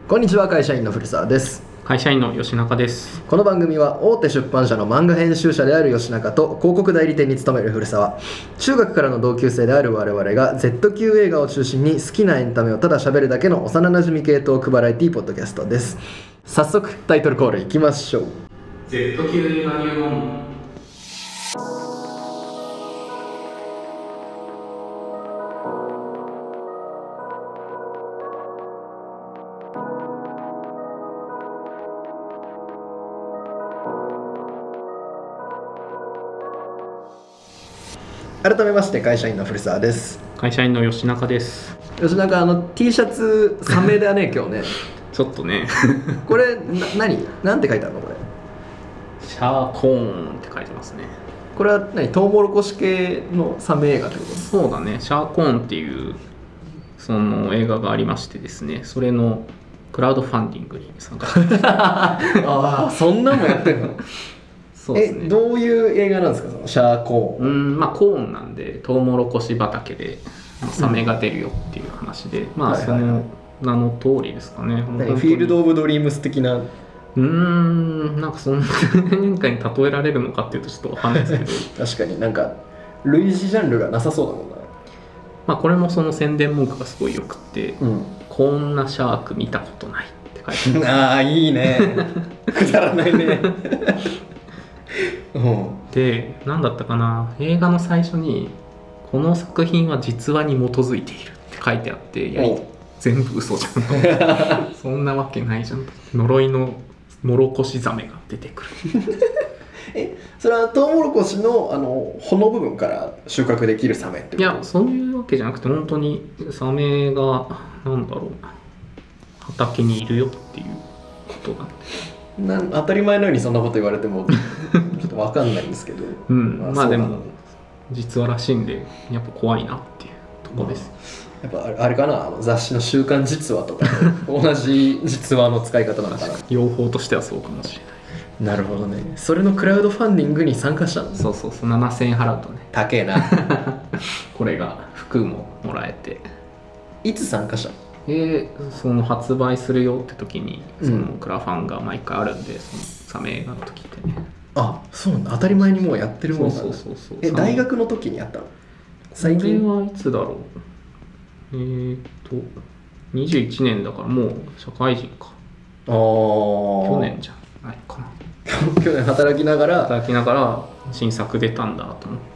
こんにちは、会社員の古澤です。 会社員の吉中です。 この番組は大手出版社の漫画編集者である吉中と広告代理店に勤める古澤、中学からの同級生である我々が Z 級映画を中心に好きなエンタメをただ喋るだけの幼馴染系トークバラエティポッドキャストです。早速タイトルコールいきましょう。 Z 級映画入門。 改めまして会社員の古澤です。 会社員の吉中です。 吉中T シャツサメだね今日ねちょっとねこれなんて書いてあるのこれ。 シャーコーンって書いてますね。 これはトウモロコシ系のサメ映画ってこと？ そうだね、シャーコーンっていうその映画がありましてですね、それのクラウドファンディングに参加してましたああ、そんなのやってんのそうですね。 どういう映画なんですか、そのシャーコーン？ まあコーンなんでトウモロコシ畑でサメが出るよっていう話で、まあその名の通りですかね。 フィールド・オブ・ドリームス的な。 なんかそんな変化に例えられるのかっていうとちょっと分かんないですけど確かになんか類似ジャンルがなさそうだもんな。 まあこれもその宣伝文句がすごいよくって、こんなシャーク見たことないって書いてますああ、いいねくだらないねで、何だったかな、映画の最初にこの作品は実話に基づいているって書いてあって、いや全部嘘じゃんそんなわけないじゃん。呪いのモロコシザメが出てくるそれはトウモロコシの穂の部分から収穫できるサメってこと？ いや、そういうわけじゃなくて、本当にサメがなんだろう、畑にいるよっていうことなんで。 当たり前のようにそんなこと言われてもちょっと分かんないんですけどまあでも実話らしいんでやっぱ怖いなっていうところです、 やっぱあれかな、雑誌の週刊実話とか同じ実話の使い方なのかな用法としてはそうかもしれない。 なるほどね。それのクラウドファンディングに参加したの？ そう7000円払うとね、 高えなこれが服ももらえて。 いつ参加したの？ その発売するよって時にそのクラファンが毎回あるんで、そのサメ映画の時ってね。 あ、そうなんだ。当たり前にもうやってるもんなんだ。 そう大学の時にやったの？ 最近はいつだろう。21年だからもう社会人か。去年じゃないかな去年働きながら新作出たんだと思って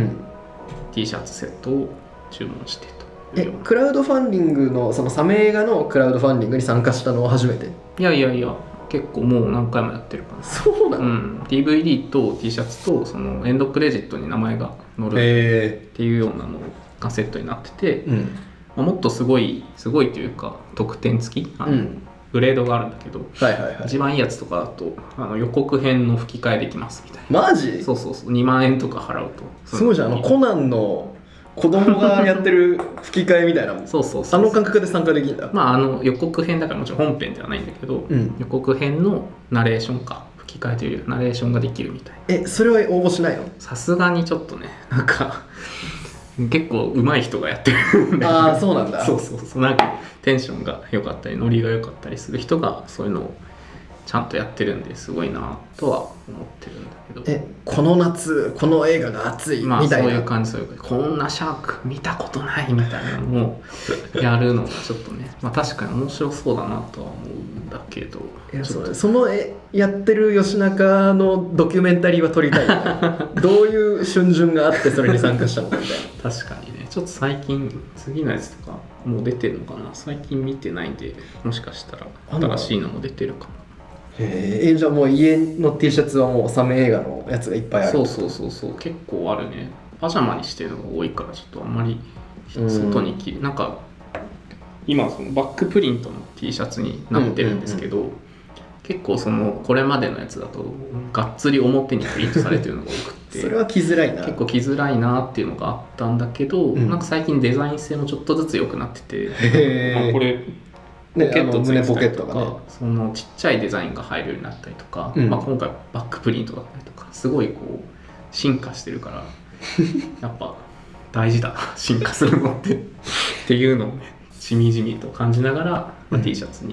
、T シャツセットを注文してと。 クラウドファンディングのそのサメ映画のクラウドファンディングに参加したのは初めて？ いや結構もう何回もやってるから。 そうなの？ DVD と T シャツとそのエンドクレジットに名前が載るっていうようなのがセットになってて、もっとすごいというか特典付きグレードがあるんだけど、一番いいやつとかだと予告編の吹き替えできますみたいな。 マジ？ そう2万円とか払うと。 すごいじゃん。コナンの子供がやってる吹き替えみたいなそうあの感覚で参加できるんだ。 まあ予告編だからもちろん本編ではないんだけど、予告編のナレーションか吹き替えというよりナレーションができるみたい。 それは応募しないの？さすがにちょっとね、なんか結構上手い人がやってるんでああ、そうなんだ。 そうなんかテンションが良かったりノリが良かったりする人がそういうのをちゃんとやってるんですごいなとは思ってるんだけど。 この夏この映画が熱いみたいな、 そういう感じ。こんなシャーク見たことないみたいなのをやるのがちょっとね確かに面白そうだなとは思うんだけど、 そのやってる吉中のドキュメンタリーは撮りたいよねどういう春巡があってそれに参加したのかみたいな確かにね、ちょっと最近次のやつとかもう出てるのかな、最近見てないんでもしかしたら新しいのも出てるかも。 じゃあもう家の T シャツはもうサメ映画のやつがいっぱいある？ そう結構あるね。パジャマにしてるのが多いからちょっとあんまり外に着る、なんか今そのバックプリントの T シャツになってるんですけど、結構そのこれまでのやつだとがっつり表にプリントされてるのが多くてそれは着づらいな。 結構着づらいなっていうのがあったんだけど、なんか最近デザイン性もちょっとずつ良くなってて、これポケットついてたりとか、そのちっちゃいデザインが入るようになったりとか、今回バックプリントだったりとかすごいこう進化してるからやっぱ大事だな進化するのっていうのをねしみじみと感じながら、T シャツに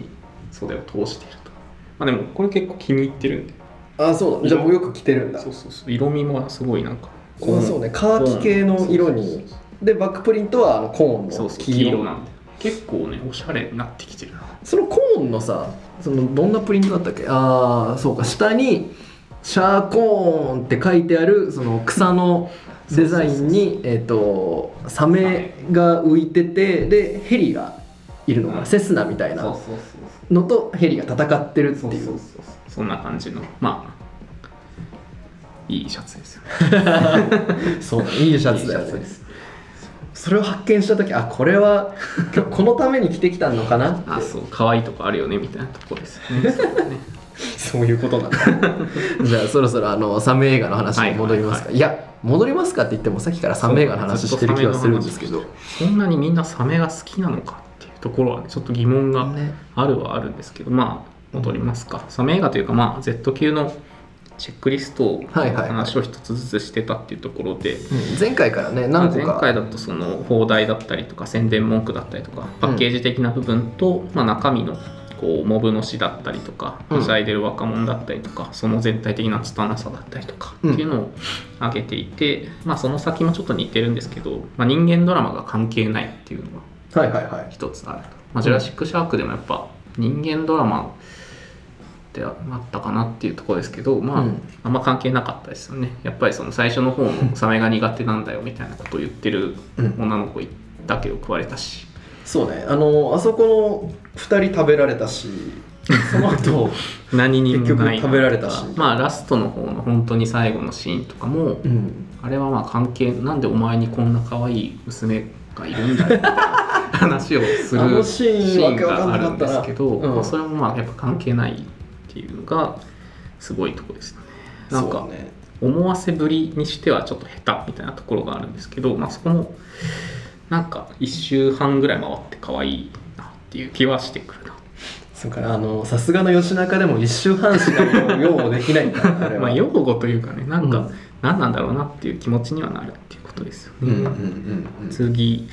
袖を通していると。まあでもこれ結構気に入ってるんで。 あ、そうだ。じゃあもうよく着てるんだ。 そうそうそう。色味もすごいなんか。 そうね。カーキ系の色に。でバックプリントはコーンの黄色なんで。結構ねおしゃれになってきてるな。 そのコーンのさ、そのどんなプリントだったっけ？ああ、そうか。下にシャーコーンって書いてあるその草のデザインにサメが浮いてて、でヘリがいるのがセスナみたいなのとヘリが戦ってるっていう、 そんな感じのまあいいシャツですよそうだ、いいシャツだよね。それを発見した時、あ、これは今日このために着てきたのかなって。 あ、そう、可愛いとこあるよねみたいなとこですよね。 そういうことなんだ。じゃあそろそろサメ映画の話に戻りますか。いや、戻りますかって言ってもさっきからサメ映画の話してる気がするんですけど、 そんなにみんなサメが好きなのかっていうところはね、ちょっと疑問があるはあるんですけど、まあ戻りますか。サメ映画というか、まあ Z 級のチェックリストを話を一つずつしてたっていうところで、 前回からね何個か、 前回だとその放題だったりとか宣伝文句だったりとかパッケージ的な部分と、まあ、中身のこうモブの詩だったりとかはしゃいでる若者だったりとか、その全体的な拙さだったりとかっていうのを挙げていて、まあ、その先もちょっと似てるんですけど、まあ、人間ドラマが関係ないっていうのが一つあると。まあ、ジュラシック・シャークでもやっぱ人間ドラマってあったかなっていうところですけど、まあ、あんま関係なかったですよね。やっぱりその最初の方のサメが苦手なんだよみたいなことを言ってる女の子だけを食われたし、 そうね、あそこの2人食べられたし、その後何人もない結局食べられたし、 まあラストの方の本当に最後のシーンとかも、あれはまあ関係、なんでお前にこんな可愛い娘がいるんだよ話をするシーンがあるんですけど、それもまあやっぱ関係ないっていうのがすごいところですよね。なんか思わせぶりにしてはちょっと下手みたいなところがあるんですけど、まあそこもなんか1周半ぐらい回って可愛いなっていう気はしてくるな。 そうか、さすがの吉中でも1周半しか擁護できないんだあれは。 まあ擁護というかね、なんか何なんだろうなっていう気持ちにはなるっていうことですよね。次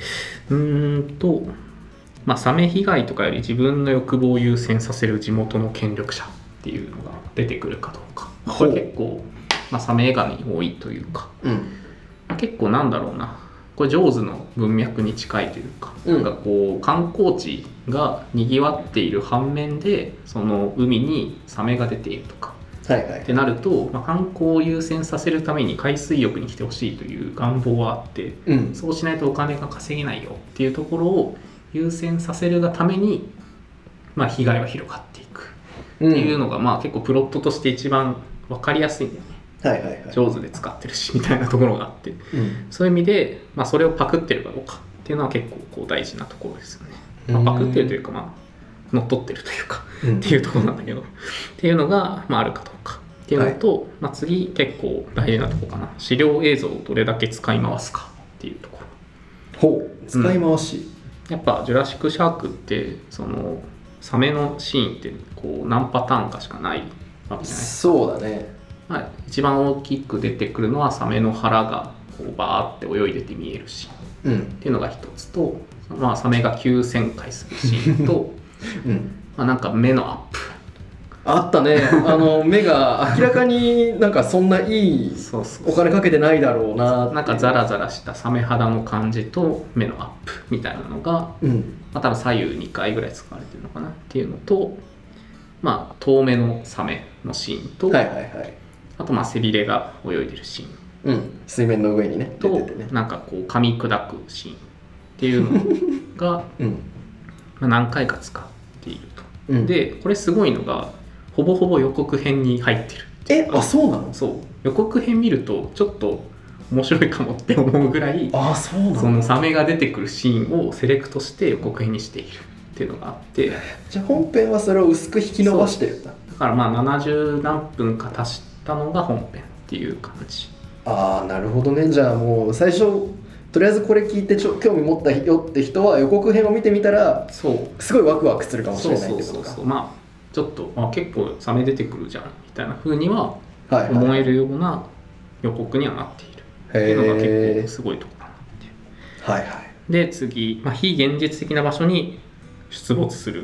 まあサメ被害とかより自分の欲望を優先させる地元の権力者っていうのが出てくるかどうか、これ結構、まあ、サメ映画に多いというか、結構なんだろうな、これジョーズの文脈に近いというか、なんかこう観光地がにぎわっている反面でその海にサメが出ているとか、ってなると、まあ、観光を優先させるために海水浴に来てほしいという願望はあって、そうしないとお金が稼げないよっていうところを優先させるがために、まあ、被害は広がっていくっていうのが、まあ結構プロットとして一番分かりやすいんだよね。上手で使ってるしみたいなところがあって、そういう意味で、まあ、それをパクってるかどうかっていうのは結構こう大事なところですよね。まあ、パクってるというか、まあ乗っ取ってるというかっていうところなんだけど、っていうのが、まあ、あるかどうかっていうのと、まあ、次結構大事なところかな、資料映像をどれだけ使い回すかっていうところ。使い回し、 やっぱジュラシック・シャークってそのサメのシーンってこう何パターンかしかないわけじゃないですか。 そうだね。 まあ、一番大きく出てくるのはサメの腹がこうバーって泳いでて見えるシーンっていうのが一つと、まあ、サメが急旋回するシーンと、まあ、なんか目のアップあったね。目が明らかになんかそんないいお金かけてないだろうな。 なんかザラザラしたサメ肌の感じと目のアップみたいなのが、まあ、多分左右2回ぐらい使われてるのかなっていうのと、まあ、遠目のサメのシーンと、あとまあ背びれが泳いでるシーン、 水面の上にね出ててね、なんかこう噛み砕くシーンっていうのが、まあ何回か使っていると、でこれすごいのがほぼほぼ予告編に入ってるっていうか。 そうなの？ そう、予告編見るとちょっと面白いかもって思うぐらい、そのサメが出てくるシーンをセレクトして予告編にしているっていうのがあって、 じゃあ本編はそれを薄く引き伸ばしてるんだ。 だからまあ70何分か足したのが本編っていう感じ。 なるほどね。じゃあもう最初とりあえずこれ聞いて興味持ったよって人は予告編を見てみたらすごいワクワクするかもしれないってことか。 まあちょっと結構サメ出てくるじゃんみたいな風には思えるような予告にはなっているっていうのが結構すごいところだなっていう。で次、まあ、非現実的な場所に出没する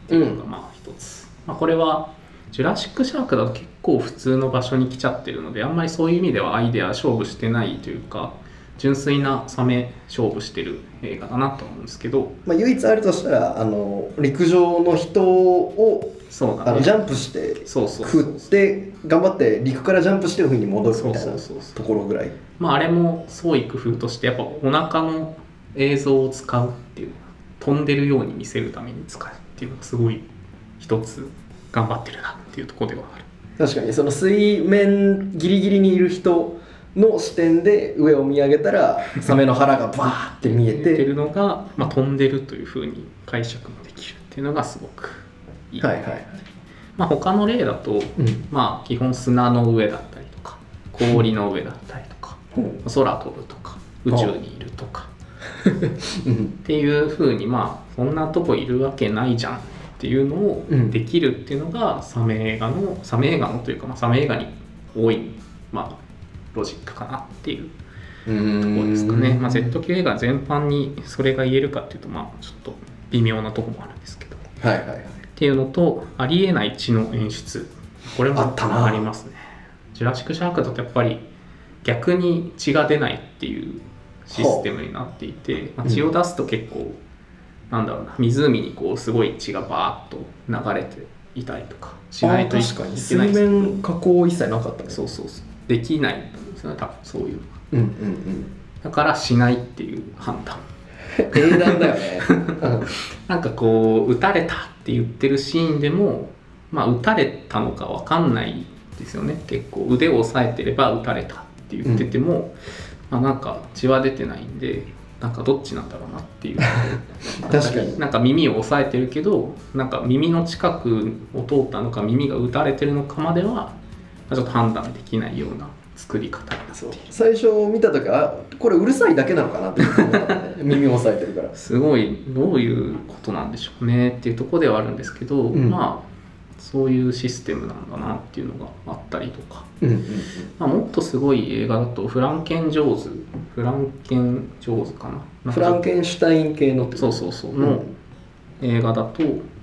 っていうのがまあ一つ、これはジュラシック・シャークだと結構普通の場所に来ちゃってるので、あんまりそういう意味ではアイデア勝負してないというか、純粋なサメ勝負してる映画だなと思うんですけど、 唯一あるとしたら陸上の人をそうだね、 ジャンプして食って頑張って陸からジャンプして海に戻るみたいなところぐらい。 あれも創意工夫としてやっぱお腹の映像を使うっていう、飛んでるように見せるために使うっていうのがすごい一つ頑張ってるなっていうところではある。 確かにその水面ギリギリにいる人の視点で上を見上げたらサメの腹がバーって見えてるのが、飛んでるというふうに解釈もできるっていうのがすごくいい。他の例だと、基本砂の上だったりとか氷の上だったりとか、空飛ぶとか宇宙にいるとかっていうふうにそんなとこいるわけないじゃんっていうのをできるっていうのがサメ映画のというか、サメ映画に多いロジックかなっていうところですかね。Z 級映画全般にそれが言えるかっていうとちょっと微妙なところもあるんですけど、っていうのと、ありえない血の演出、これもありますね。ジュラシック・シャークだとやっぱり逆に血が出ないっていうシステムになっていて、血を出すと結構湖にすごい血がバーッと流れていたりとかしないといけない。 確かに水面加工一切なかったね。 そうできないんですよね、多分そういう、だからしないっていう判断英断だよね撃たれたって言ってるシーンでも撃たれたのか分かんないですよね。結構腕を押さえてれば撃たれたって言ってても、血は出てないんでどっちなんだろうなっていう確かに耳を押さえてるけど耳の近くを通ったのか耳が打たれてるのかまではちょっと判断できないような作り方になっている。 最初見た時これうるさいだけなのかなって思ったね耳を押さえてるからすごいどういうことなんでしょうねっていうところではあるんですけど、そういうシステムなんだなっていうのがあったりとか、もっとすごい映画だとフランケン・ジョーズかな、 フランケンシュタイン系のの映画だと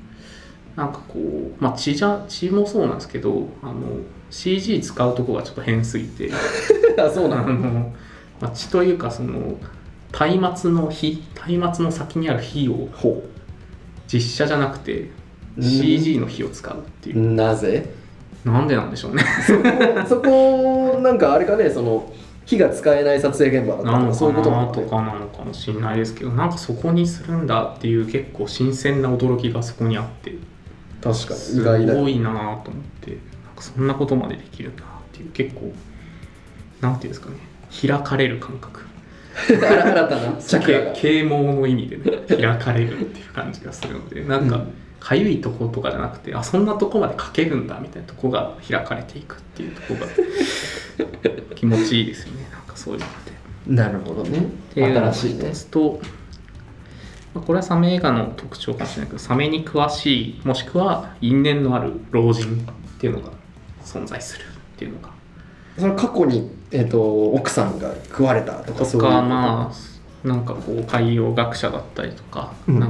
血もそうなんですけどCG 使うとこがちょっと変すぎてそうなの血というか松明の先にある火を実写じゃなくてCG の火を使うっていう。 なぜ？ なんでなんでしょうねそこあれかね、火が使えない撮影現場だったのかそういうことなのとかなのかもしれないですけど、そこにするんだっていう結構新鮮な驚きがそこにあって、 確かに意外だすごいなと思って、そんなことまでできるんだっていう、結構なんていうんですかね、開かれる感覚新たなチャクラが啓蒙の意味で、開かれるっていう感じがするので、かゆいとことかじゃなくて、そんなとこまで書けるんだみたいなとこが開かれていくっていうとこが気持ちいいですよね。そういうのって。 なるほどね。新しいね。 と、これはサメ映画の特徴かもしれないけど、サメに詳しいもしくは因縁のある老人っていうのが存在するっていうのが。 それ過去に、奥さんが食われたとかそういうこと。海洋学者だったりとか、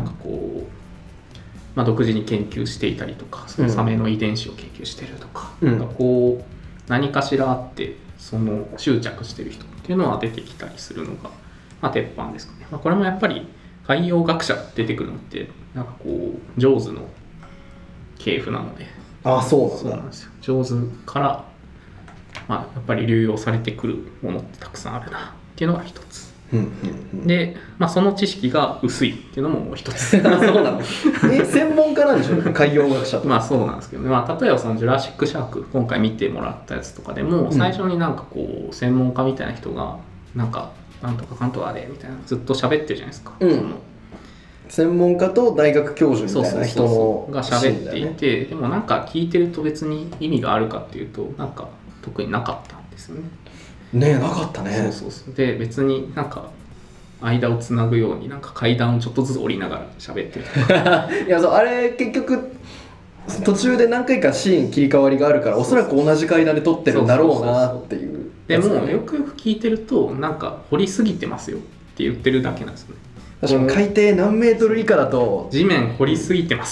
独自に研究していたりとか、そのサメの遺伝子を研究しているとか、何かしらあって執着している人っていうのは出てきたりするのが、鉄板ですかね。これもやっぱり海洋学者が出てくるのってジョーズの系譜なので、 そうなんですよ。ジョーズからやっぱり流用されてくるものってたくさんあるなっていうのが一つ。で、その知識が薄いっていうのももう一つ。 そうなの専門家なんでしょうね、海洋学者と。 そうなんですけど、例えばジュラシック・シャーク今回見てもらったやつとかでも、最初に専門家みたいな人がなんとかかんとかでみたいなずっと喋ってるじゃないですか、 専門家と大学教授みたいな人のが喋っていて、でも聞いてると別に意味があるかっていうと特になかったんですよね。 なかったね。 で別に間をつなぐように階段をちょっとずつ降りながら喋ってるとかいやあれ結局途中で何回かシーン切り替わりがあるから、おそらく同じ階段で撮ってるんだろうなっていう。 でもよくよく聞いてると掘りすぎてますよって言ってるだけなんですよね。 確かに海底何メートル以下だと地面掘りすぎてますよっ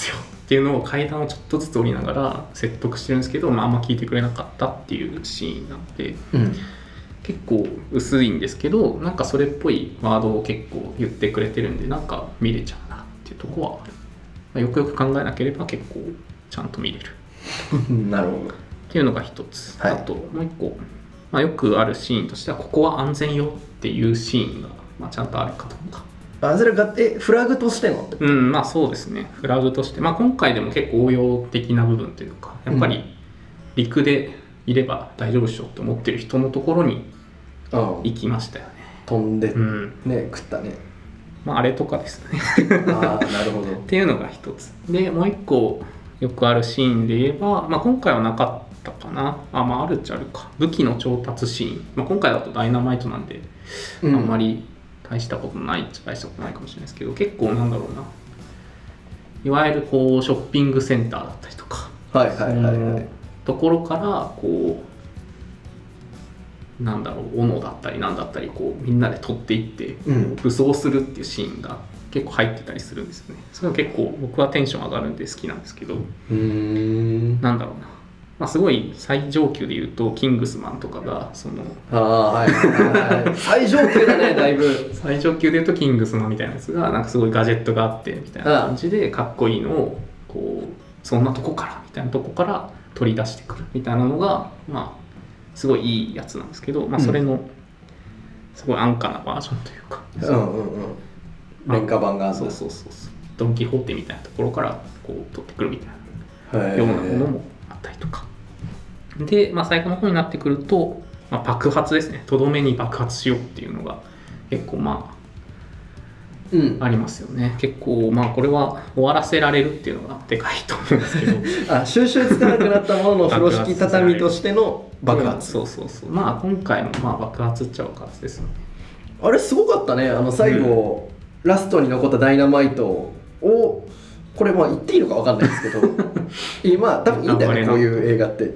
っていうのを階段をちょっとずつ降りながら説得してるんですけど、あんま聞いてくれなかったっていうシーンなので、結構薄いんですけど、なんかそれっぽいワードを結構言ってくれてるんで、なんか見れちゃうなっていうところはある。よくよく考えなければ結構ちゃんと見れるなるほどっていうのが一つ、あともう一個、よくあるシーンとしては、ここは安全よっていうシーンが、ちゃんとあるかどうか。 それがフラグとしてのってこと？ そうですね、フラグとして、今回でも結構応用的な部分というか、やっぱり陸でいれば大丈夫でしょって思ってる人のところに行きましたよね。 飛んで、ね、食ったね。 あれとかですねなるほどっていうのが一つで、もう一個よくあるシーンで言えば、今回はなかったかな。あるっちゃあるか。武器の調達シーン、今回だとダイナマイトなんで、あんまり大したことないっちゃ大したことないかもしれないですけど、結構なんだろうな、いわゆるこうショッピングセンターだったりとか、ところからこうなんだろう、斧だったりなんだったりこうみんなで取っていって武装するっていうシーンが結構入ってたりするんですよね。それは結構僕はテンション上がるんで好きなんですけど、なんだろうな、すごい最上級で言うとキングスマンとかがその最上級だねだいぶ最上級で言うとキングスマンみたいなやつがなんかすごいガジェットがあってみたいな感じでかっこいいのをこうそんなとこからみたいなとこから取り出してくるみたいなのがすごいいいやつなんですけど、それのすごい安価なバージョンというか、 廉価版があるんだ。 そうドン・キホーテみたいなところからこう取ってくるみたいなようなものもあったりとかで、最後の方になってくると、爆発ですね。とどめに爆発しようっていうのが結構ありますよね。結構これは終わらせられるっていうのがでかいと思うんですけど収集つかなくなったものの風呂敷畳としての爆発。 そう今回の爆発っちゃ爆発ですよね。 あれすごかったね。最後、ラストに残ったダイナマイトをこれ言っていいのか分かんないですけど多分いいんだよね、こういう映画って。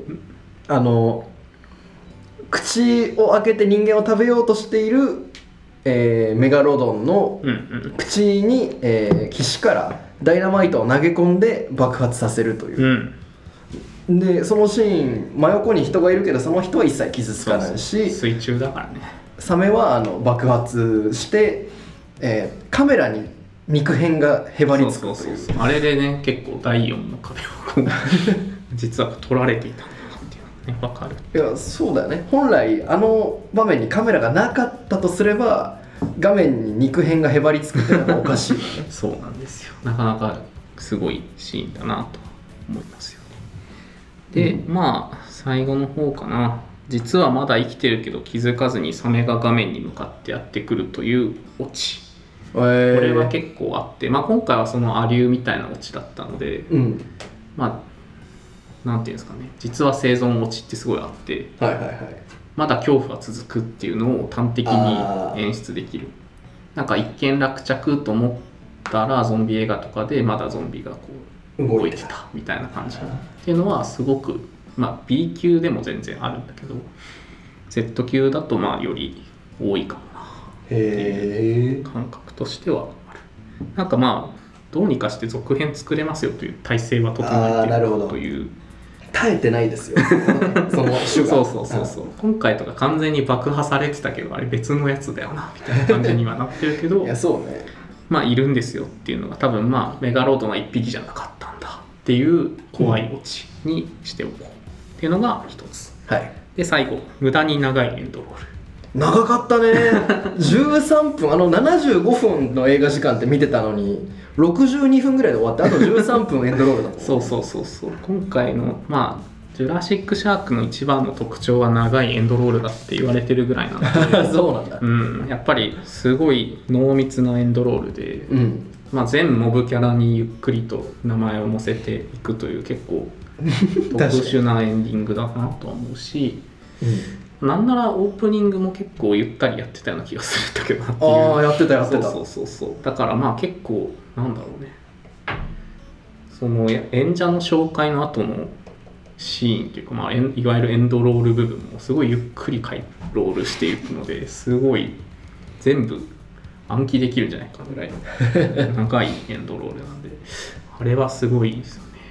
口を開けて人間を食べようとしている、メガロドンの口に、岸からダイナマイトを投げ込んで爆発させるという、でそのシーン真横に人がいるけどその人は一切傷つかないし、 水中だからね。 サメは爆発して、カメラに肉片がへばりつくという。 あれでね結構第4の壁を実は取られていたんだっていうのがね分かる。 いやそうだよね。本来場面にカメラがなかったとすれば画面に肉片がへばりつくっていうのがおかしいよねそうなんですよ。なかなかすごいシーンだなと思いますよね。で最後の方かな、実はまだ生きてるけど気づかずにサメが画面に向かってやってくるというオチ、これは結構あって、今回はそのアリューみたいなオチだったので、なんていうんですかね、実は生存オチってすごいあって、まだ恐怖は続くっていうのを端的に演出できる。なんか一見落着と思ったらゾンビ映画とかでまだゾンビがこう動いてたみたいな感じっていうのはすごくB 級でも全然あるんだけど Z 級だとより多いかもなっていう感覚としてはある。なんかどうにかして続編作れますよという体制は整えているという。 耐えてないですよその種がそう今回とか完全に爆破されてたけどあれ別のやつだよなみたいな感じにはなってるけどいやそうね、 いるんですよっていうのが多分メガロードンは1匹じゃなかったんだっていう怖いオチにしておこうっていうのが一つ、で最後無駄に長いエンドロール。 長かったね13分75分の映画時間って見てたのに62分ぐらいで終わってあと13分エンドロールだったそう今回のジュラシック・シャークの一番の特徴は長いエンドロールだって言われてるぐらいなのでそうなんだ、 やっぱりすごい濃密なエンドロールで、全モブキャラにゆっくりと名前を載せていくという結構特殊なエンディングだなとは思うしなんならオープニングも結構ゆったりやってたような気がするんだけどなっていう。 やってたそうだから結構なんだろうね、その演者の紹介の後のシーンっていうか、いわゆるエンドロール部分もすごいゆっくりロールしていくのですごい全部暗記できるんじゃないかぐらい長いエンドロールなんであれはすごい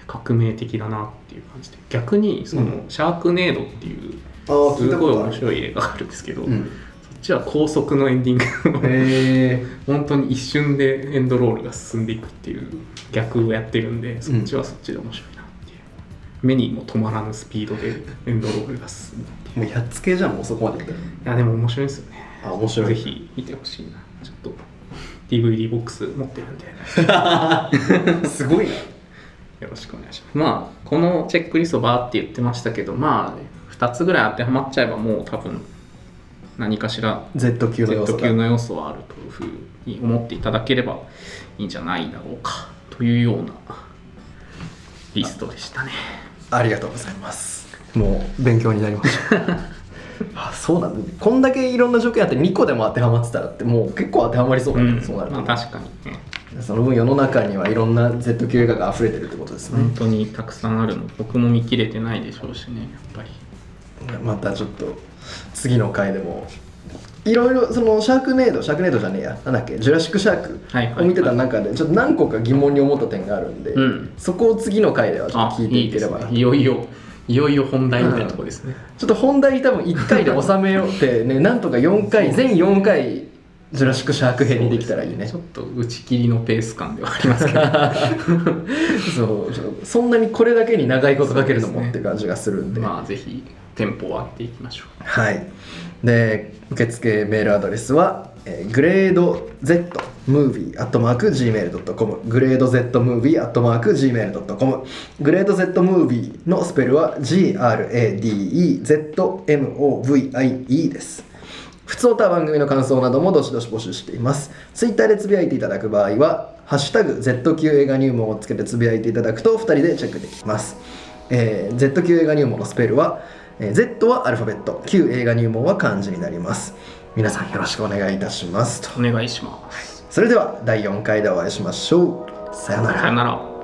革命的だなっていう感じで、逆にそのシャークネードっていうすごい面白い映画があるんですけど、そっちは高速のエンディング本当に一瞬でエンドロールが進んでいくっていう逆をやってるんで、そっちはそっちで面白いなっていう、目にも止まらぬスピードでエンドロールが進むっていう。 もうやっつけじゃん、もうそこまでいったら。いやでも面白いですよね。 面白い。 ぜひ見てほしいな。ちょっと DVD ボックス持ってるんですごいな。 よろしくお願いします。まあこのチェックリストバーって言ってましたけど、まあ2つぐらい当てはまっちゃえばもう多分何かしら Z 級の要素はあるというふうに思っていただければいいんじゃないだろうかというようなリストでしたね。 ありがとうございます。もう勉強になりましたあ、そうなんだ。こんだけいろんな条件あって2個でも当てはまってたらってもう結構当てはまりそうだね、そうなると、 まあ、確かにね。 その分世の中にはいろんな Z 級映画が溢れてるってことですね。 本当にたくさんあるの、僕も見切れてないでしょうしね、やっぱり。 またちょっと次の回でもいろいろそのシャークネードじゃねえや、なんだっけ、ジュラシックシャークを見てた中でちょっと何個か疑問に思った点があるんで、そこを次の回ではちょっと聞いていければな。 いよいよ本題みたいなところですね、 ちょっと本題多分1回で収めようってねなんとか4回全4回ジュラシックシャーク編にできたらいいね。 ちょっと打ち切りのペース感ではありますけどそんなにこれだけに長いことかけるのもって感じがするんで、 まあぜひテンポを上げていきましょう。 はい。で受付メールアドレスはグレード Z movie@gmail.com グレード Z movie@gmail.com グレード Z movie のスペルは GRADEZMOVIE です。普通歌番組の感想などもどしどし募集しています。ツイッターでつぶやいていただく場合はハッシュタグ Z 級映画入門をつけてつぶやいていただくと2人でチェックできます。Z 級映画入門のスペルはZ はアルファベット、旧映画入門は漢字になります。皆さんよろしくお願いいたしますと。 お願いします。 それでは第4回でお会いしましょう。さよなら。 さよなら。